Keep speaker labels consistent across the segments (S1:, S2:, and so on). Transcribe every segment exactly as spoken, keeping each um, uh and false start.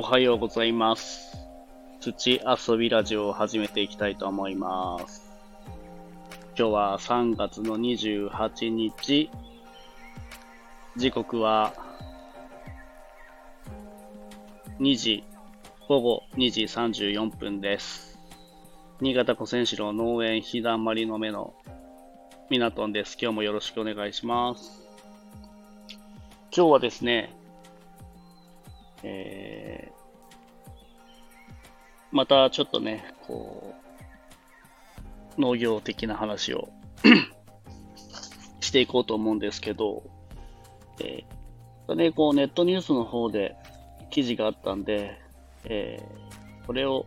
S1: おはようございます。土遊びラジオを始めていきたいと思います。今日はさんがつのにじゅうはちにち、時刻はにじ、ごごにじさんじゅうよんぷんです。新潟古戦城農園ひだんまりの目のみなとんです。今日もよろしくお願いします。今日はですね、えー、またちょっとね、こう、農業的な話をしていこうと思うんですけど、えーね、こうネットニュースの方で記事があったんで、えー、これを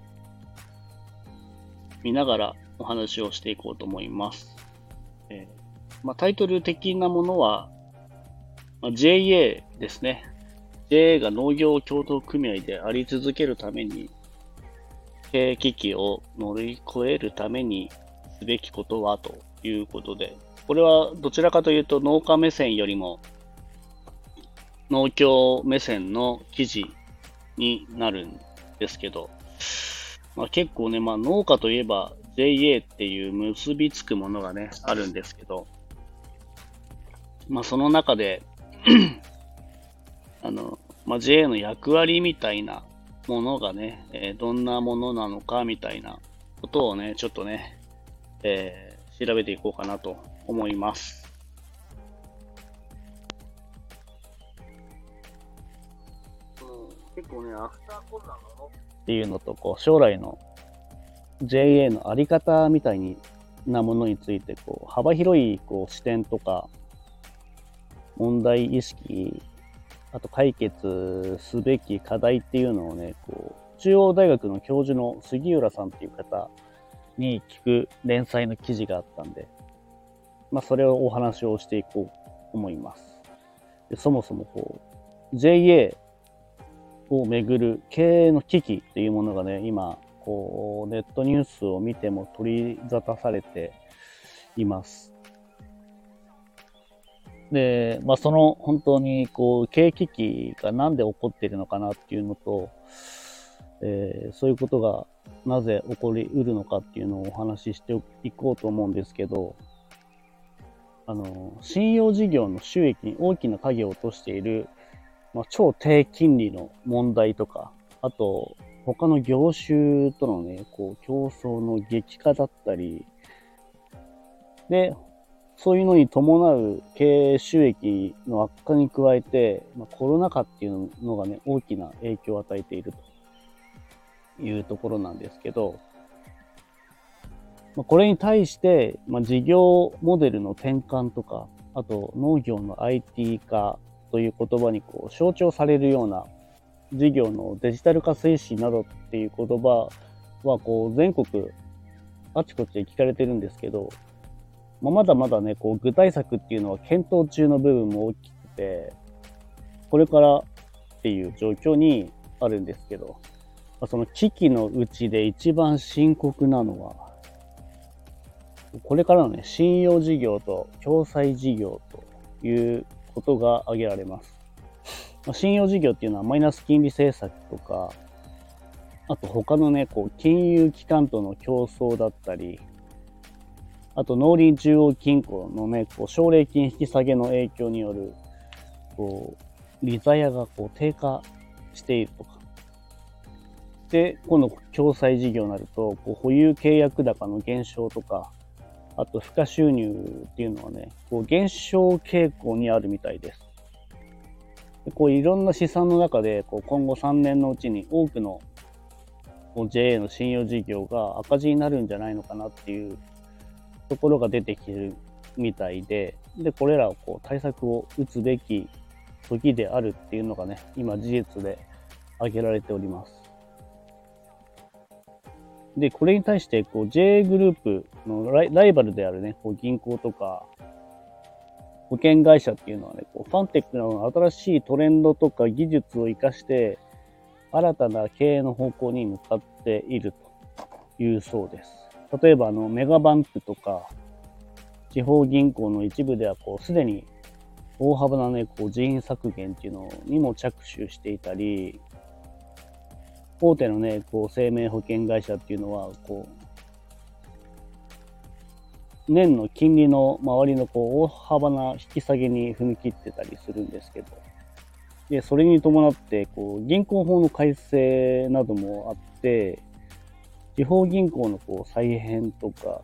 S1: 見ながらお話をしていこうと思います。えーまあ、タイトル的なものは、まあ、ジェーエー ですね。ジェーエー が農業協同組合であり続けるために、経営危機を乗り越えるためにすべきことはということで、これはどちらかというと農家目線よりも農協目線の記事になるんですけど、まあ、結構ね、まあ、農家といえば ジェーエー っていう結びつくものがね、あるんですけど、まあ、その中であの、まあ、ジェーエー の役割みたいなものがね、えーどんなものなのかみたいなことをね、ちょっとね、えー調べていこうかなと思います。結構ね、アフターコロナのっていうのと、こう将来の ジェーエー のあり方みたいになものについて、こう幅広いこう視点とか問題意識、あと解決すべき課題っていうのをね、こう中央大学の教授の杉浦さんっていう方に聞く連載の記事があったんで、まあそれをお話をしていこうと思います。でそもそもこう ジェーエー をめぐる経営の危機っていうものがね、今こうネットニュースを見ても取り沙汰されています。で、まあ、その本当にこう経営危機がなんで起こっているのかなっていうのと、えー、そういうことがなぜ起こりうるのかっていうのをお話ししていこうと思うんですけど、あの信用事業の収益に大きな影を落としている、まあ、超低金利の問題とか、あと他の業種とのね、こう競争の激化だったりで、そういうのに伴う経営収益の悪化に加えて、まあ、コロナ禍っていうのがね、大きな影響を与えているというところなんですけど、まあ、これに対して、まあ、事業モデルの転換とか、あと農業の アイティー 化という言葉にこう象徴されるような事業のデジタル化推進などっていう言葉はこう全国あちこちで聞かれてるんですけど、まあ、まだまだね、こう具体策っていうのは検討中の部分も大きくて、これからっていう状況にあるんですけど、まあ、その危機のうちで一番深刻なのは、これからのね、信用事業と共済事業ということが挙げられます。まあ、信用事業っていうのはマイナス金利政策とか、あと他のね、こう金融機関との競争だったり、あと農林中央金庫のね、こう奨励金引き下げの影響による、こう、利ざやがこう低下しているとか。で、今度共済事業になると、こう保有契約高の減少とか、あと付加収入っていうのはね、こう減少傾向にあるみたいです。でこういろんな試算の中で、こう今後さんねんのうちに多くの ジェーエー の信用事業が赤字になるんじゃないのかなっていうところが出てきてるみたいで、で、これらをこう対策を打つべき時であるっていうのがね、今事実で挙げられております。で、これに対してこう ジェー グループのライライバルであるね、こう銀行とか保険会社っていうのはね、こうファンテックなどの新しいトレンドとか技術を活かして新たな経営の方向に向かっているというそうです。例えばあのメガバンクとか地方銀行の一部ではこうすでに大幅なねこう人員削減っていうのにも着手していたり、 大手のね、こう生命保険会社っていうのは、こう、年の金利の周りのこう大幅な引き下げに踏み切ってたりするんですけど、で、それに伴って、こう、銀行法の改正などもあって、地方銀行のこう再編とか、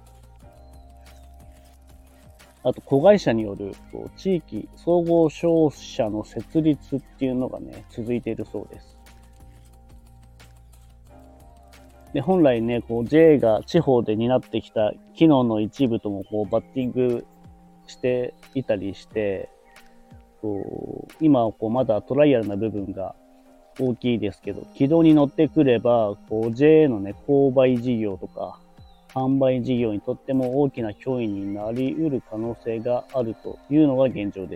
S1: あと子会社によるこう地域総合商社の設立っていうのがね、続いているそうです。で、本来ね、こう ジェイ が地方で担ってきた機能の一部ともこうバッティングしていたりして、こう今はこうまだトライアルな部分が大きいですけど、軌道に乗ってくれば、こう ジェイ のね、購買事業とか販売事業にとっても大きな脅威になり得る可能性があるというのが現状です。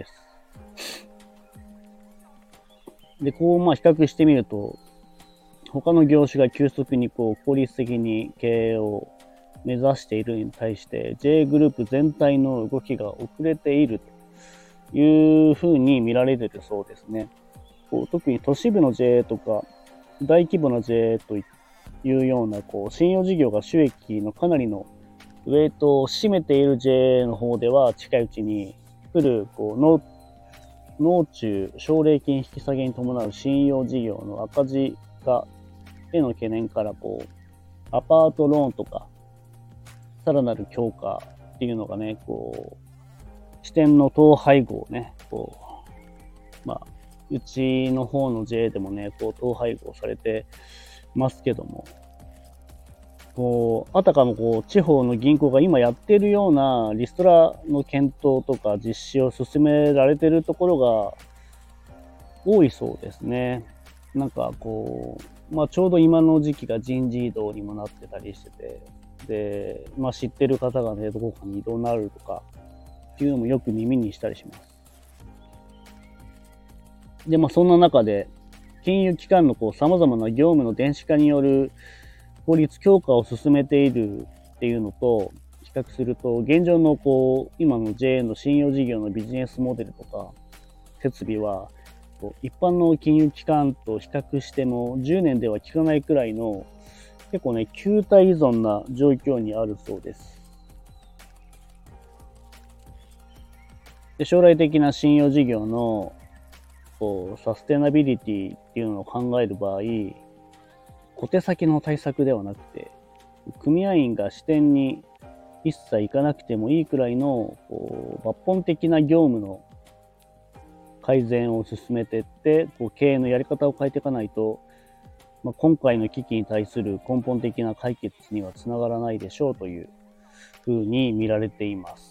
S1: で、こうまあ比較してみると、他の業種が急速にこう効率的に経営を目指しているに対して ジェイ グループ全体の動きが遅れているというふうに見られているそうですね。こう特に都市部の ジェイ とか大規模な ジェイ というようなこう信用事業が収益のかなりのウェイトを占めている ジェイ の方では近いうちに来るこう農農中奨励金引き下げに伴う信用事業の赤字化への懸念からこうアパートローンとかさらなる強化っていうのがね、こう支店の統廃合ね、こうまあうちの方の ジェイ でもね、こう統廃合されてますけども、こうあたかもこう地方の銀行が今やっているようなリストラの検討とか実施を進められているところが多いそうですね。なんかこう、まあ、ちょうど今の時期が人事異動にもなってたりしてて、で、まあ、知ってる方がね、どこかに異動になるとかっていうのもよく耳にしたりします。で、まあ、そんな中で、金融機関のこう様々な業務の電子化による効率強化を進めているっていうのと比較すると、現状のこう今の ジェイ の信用事業のビジネスモデルとか設備は一般の金融機関と比較してもじゅうねんでは効かないくらいの結構ね、旧態依存な状況にあるそうです。で、将来的な信用事業のこうサステナビリティっていうのを考える場合、小手先の対策ではなくて、組合員が支店に一切行かなくてもいいくらいのこう抜本的な業務の改善を進めていって、こう経営のやり方を変えていかないと、まあ、今回の危機に対する根本的な解決にはつながらないでしょうというふうに見られています。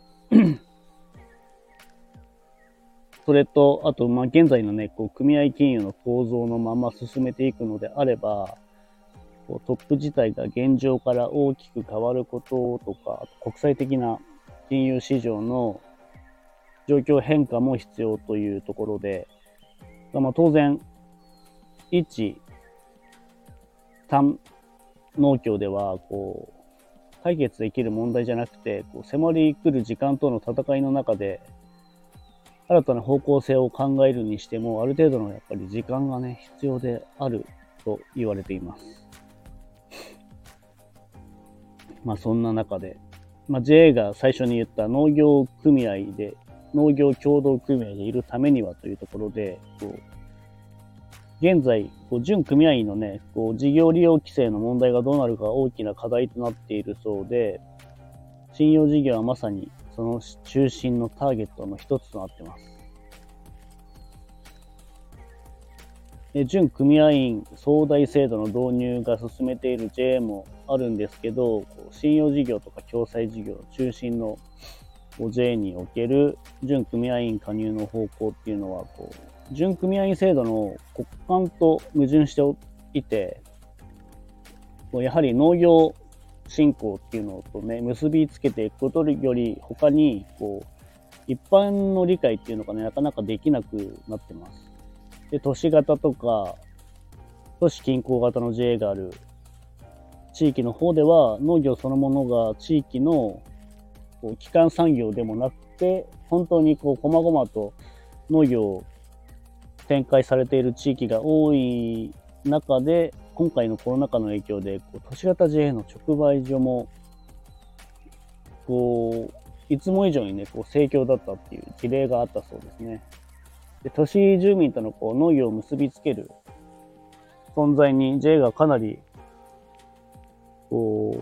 S1: それと、あと、まあ、現在のね、こう組合金融の構造のまま進めていくのであれば、こうトップ自体が現状から大きく変わることとか、国際的な金融市場の状況変化も必要というところで、まあ、当然、一単農協ではこう解決できる問題じゃなくて、こう迫り来る時間との戦いの中で、新たな方向性を考えるにしても、ある程度のやっぱり時間がね、必要であると言われています。まあそんな中で、まあ、ジェイ が最初に言った農業組合で、農業協同組合でいるためにはというところで、こう現在、こう準組合員のね、こう事業利用規制の問題がどうなるか大きな課題となっているそうで、信用事業はまさにその中心のターゲットの一つとなっています。で、準組合員総代制度の導入が進めている ジェイ もあるんですけど、信用事業とか共済事業の中心の ジェイ における準組合員加入の方向っていうのは、こう準組合員制度の骨幹と矛盾していて、やはり農業振興っていうのとね、結びつけていくことより他に、こう、一般の理解っていうのがね、なかなかできなくなってます。で、都市型とか、都市近郊型の ジェイ がある地域の方では、農業そのものが地域のこう基幹産業でもなくて、本当にこう、細々と農業を展開されている地域が多い中で、今回のコロナ禍の影響で、こう都市型 ジェーエー の直売所も、こう、いつも以上にね、こう盛況だったっていう事例があったそうですね。で、都市住民とのこう農業を結びつける存在に ジェーエー がかなり、こ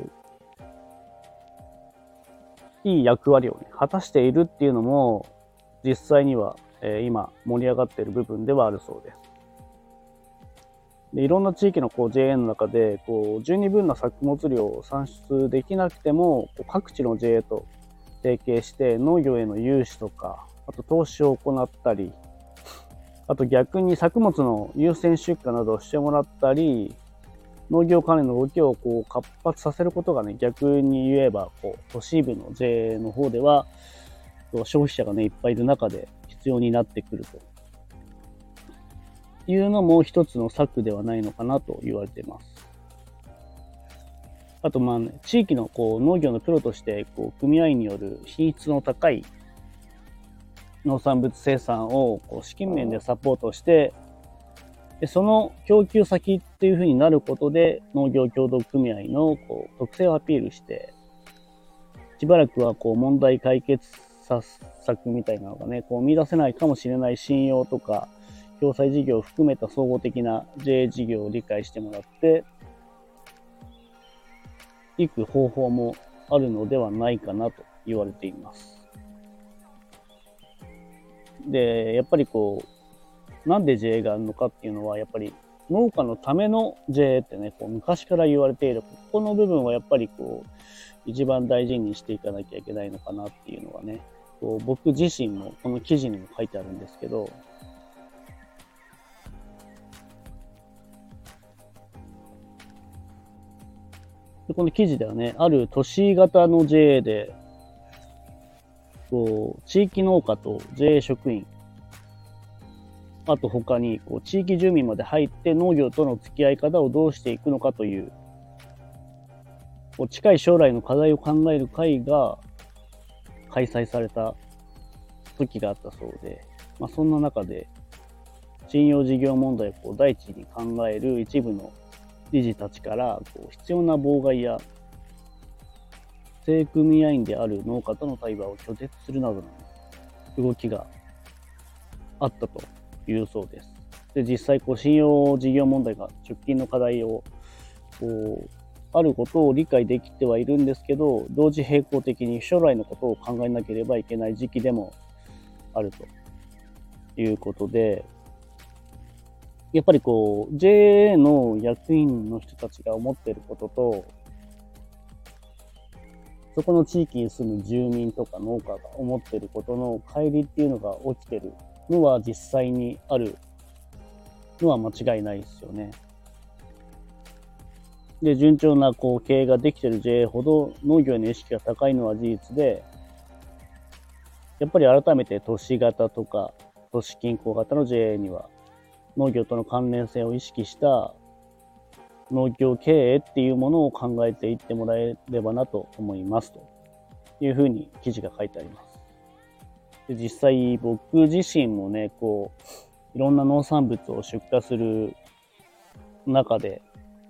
S1: う、いい役割を、ね、果たしているっていうのも、実際には、えー、今盛り上がっている部分ではあるそうです。でいろんな地域のこう ジェーエー の中でこう十二分な作物量を産出できなくても、こう各地の ジェーエー と提携して農業への融資とか、あと投資を行ったり、あと逆に作物の優先出荷などをしてもらったり、農業関連の動きをこう活発させることがね、逆に言えばこう都市部の ジェーエー の方では消費者がねいっぱいいる中で必要になってくるというのも一つの策ではないのかなと言われています。あとまあ、ね、地域のこう農業のプロとしてこう組合員による品質の高い農産物生産をこう資金面でサポートして、でその供給先っていう風になることで農業協同組合のこう特性をアピールして、しばらくはこう問題解決策みたいなのがね、こう見出せないかもしれない信用とか共済事業を含めた総合的な ジェーエー 事業を理解してもらっていく方法もあるのではないかなと言われています。で、やっぱりこう、なんで ジェーエー があるのかっていうのは、やっぱり農家のための ジェーエー ってね、こう昔から言われている、ここの部分はやっぱりこう、一番大事にしていかなきゃいけないのかなっていうのはね、こう僕自身もこの記事にも書いてあるんですけど、でこの記事ではね、ある都市型の ジェーエー で、こう地域農家と ジェーエー 職員、あと他にこう地域住民まで入って農業との付き合い方をどうしていくのかという、こう近い将来の課題を考える会が開催された時があったそうで、まあ、そんな中で信用事業問題をこう第一に考える一部の理事たちからこう必要な妨害や正組合員である農家との対話を拒絶するなどの動きがあったというそうです。で、実際こう信用事業問題が直近の課題をこうあることを理解できてはいるんですけど、同時並行的に将来のことを考えなければいけない時期でもあるということで、やっぱりこう ジェーエー の役員の人たちが思っていることと、そこの地域に住む住民とか農家が思っていることの乖離っていうのが起きてるのは実際にあるのは間違いないですよね。で、順調なこう経営ができている ジェーエー ほど農業への意識が高いのは事実で、やっぱり改めて都市型とか都市近郊型の ジェーエー には農業との関連性を意識した農業経営っていうものを考えていってもらえればなと思いますというふうに記事が書いてあります。で、実際僕自身もね、こういろんな農産物を出荷する中で、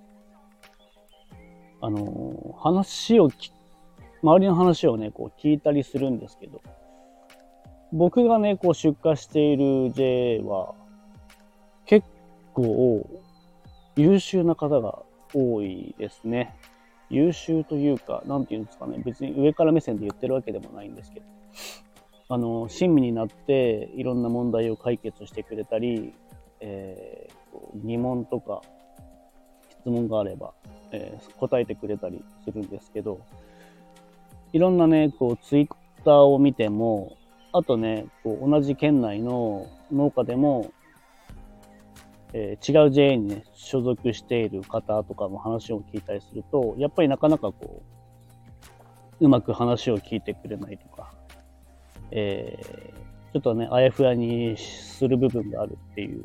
S1: あの話をき周りの話をねこう聞いたりするんですけど、僕がねこう出荷している ジェーエー は結構優秀な方が多いですね。優秀というか、なんていうんですかね、別に上から目線で言ってるわけでもないんですけど、あの親身になっていろんな問題を解決してくれたり、えー、疑問とか質問があれば、えー、答えてくれたりするんですけど、いろんなねこうツイッターを見ても、あとねこう同じ県内の農家でもえー、違う ジェーエー にね、所属している方とかも話を聞いたりすると、やっぱりなかなかこう、うまく話を聞いてくれないとか、えー、ちょっとね、あやふやにする部分があるっていう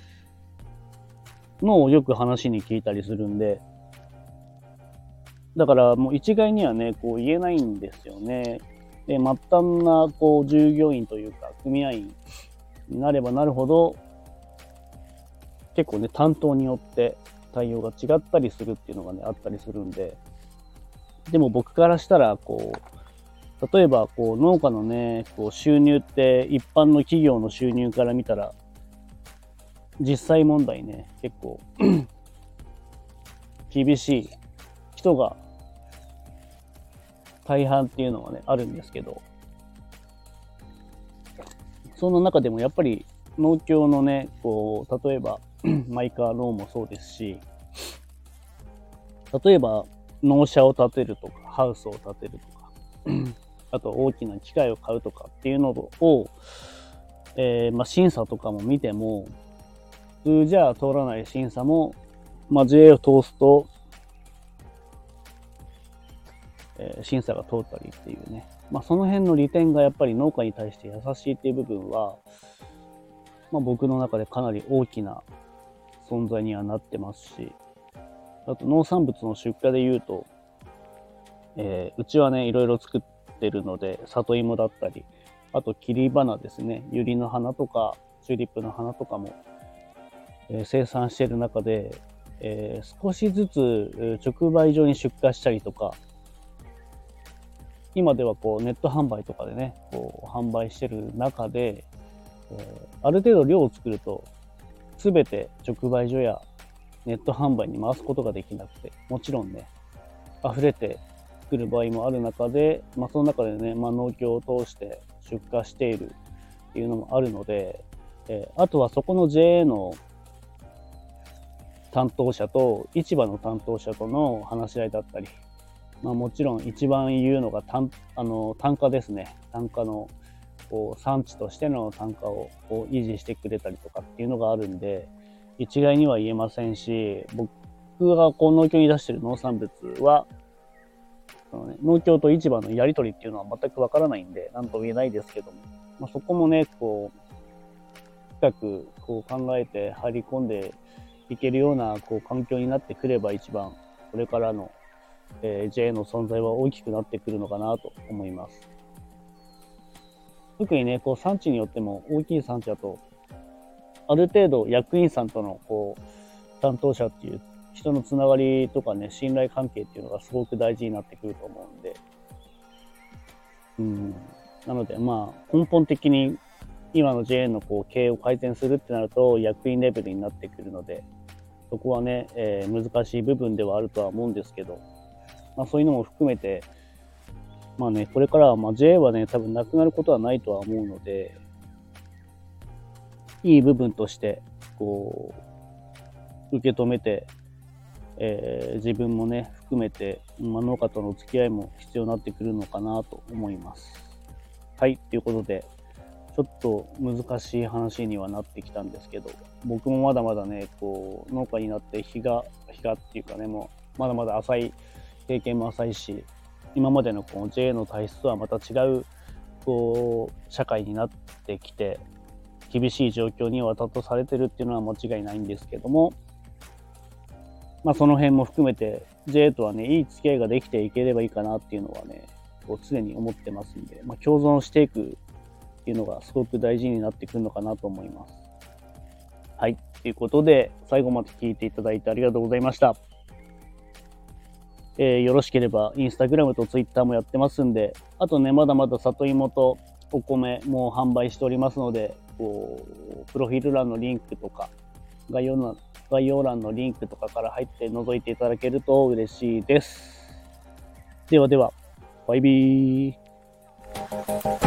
S1: のをよく話に聞いたりするんで、だからもう一概にはね、こう言えないんですよね。で、末端なこう従業員というか、組合員になればなるほど、 結構ね、担当によって対応が違ったりするっていうのがね、あったりするんで、でも僕からしたら、こう、例えばこう農家のね、こう収入って一般の企業の収入から見たら、実際問題ね、結構厳しい人が大半っていうのはね、あるんですけど、その中でもやっぱり農協のね、こう、例えばマイカーローンもそうですし、例えば農舎を建てるとか、ハウスを建てるとか、あと大きな機械を買うとかっていうのを、えーまあ、審査とかも見ても、普通じゃ通らない審査も、まあ、ジェー を通すと、えー、審査が通ったりっていうね、まあ、その辺の利点がやっぱり農家に対して優しいっていう部分は、まあ、僕の中でかなり大きな存在にはなってますし、あと農産物の出荷で言うと、えー、うちはねいろいろ作ってるので、里芋だったり、あと切り花ですね、ユリの花とかチューリップの花とかも、えー、生産している中で、えー、少しずつ直売所に出荷したりとか、今ではこうネット販売とかでねこう販売してる中で、えー、ある程度量を作ると全て直売所やネット販売に回すことができなくて、もちろんね溢れてくる場合もある中で、まあ、その中でね、まあ、農協を通して出荷しているっていうのもあるので、えー、あとはそこの ジェーエー の担当者と市場の担当者との話し合いだったり、まあ、もちろん一番言うのが単あの単価ですね。単価のこう産地としての単価をこう維持してくれたりとかっていうのがあるんで、一概には言えませんし、僕がこう農協に出している農産物は、そのね、農協と市場のやり取りっていうのは全くわからないんで、なんとも言えないですけども、まあ、そこもね、こう、深くこう考えて入り込んでいけるようなこう環境になってくれば一番これからのえー、ジェー の存在は大きくなってくるのかなと思います。特にね、こう産地によっても大きい産地だと、ある程度役員さんとのこう担当者っていう人のつながりとかね、信頼関係っていうのがすごく大事になってくると思うんで、うん、なのでまあ根本的に今の ジェー のこう経営を改善するってなると役員レベルになってくるので、そこはね、えー、難しい部分ではあるとは思うんですけど、まあ、そういうのも含めて、まあね、これからはまあ ジェー はね、多分なくなることはないとは思うので、いい部分として、こう、受け止めて、えー、自分もね、含めて、まあ、農家との付き合いも必要になってくるのかなと思います。はい、ということで、ちょっと難しい話にはなってきたんですけど、僕もまだまだね、こう、農家になって日が、日がっていうかね、もう、まだまだ浅い、経験も浅いし、今までのこの ジェー の体質とはまた違うこう社会になってきて、厳しい状況には立たされてるっていうのは間違いないんですけども、まあその辺も含めて ジェー とはねいい付き合いができていければいいかなっていうのはねこう常に思ってますんで、まあ、共存していくっていうのがすごく大事になってくるのかなと思います。はい、ということで最後まで聞いていただいてありがとうございました。えー、よろしければインスタグラムとツイッターもやってますんで、あとねまだまだ里芋とお米も販売しておりますので、こうプロフィール欄のリンクとか概要欄概要欄のリンクとかから入って覗いていただけると嬉しいです。ではでは、バイビー。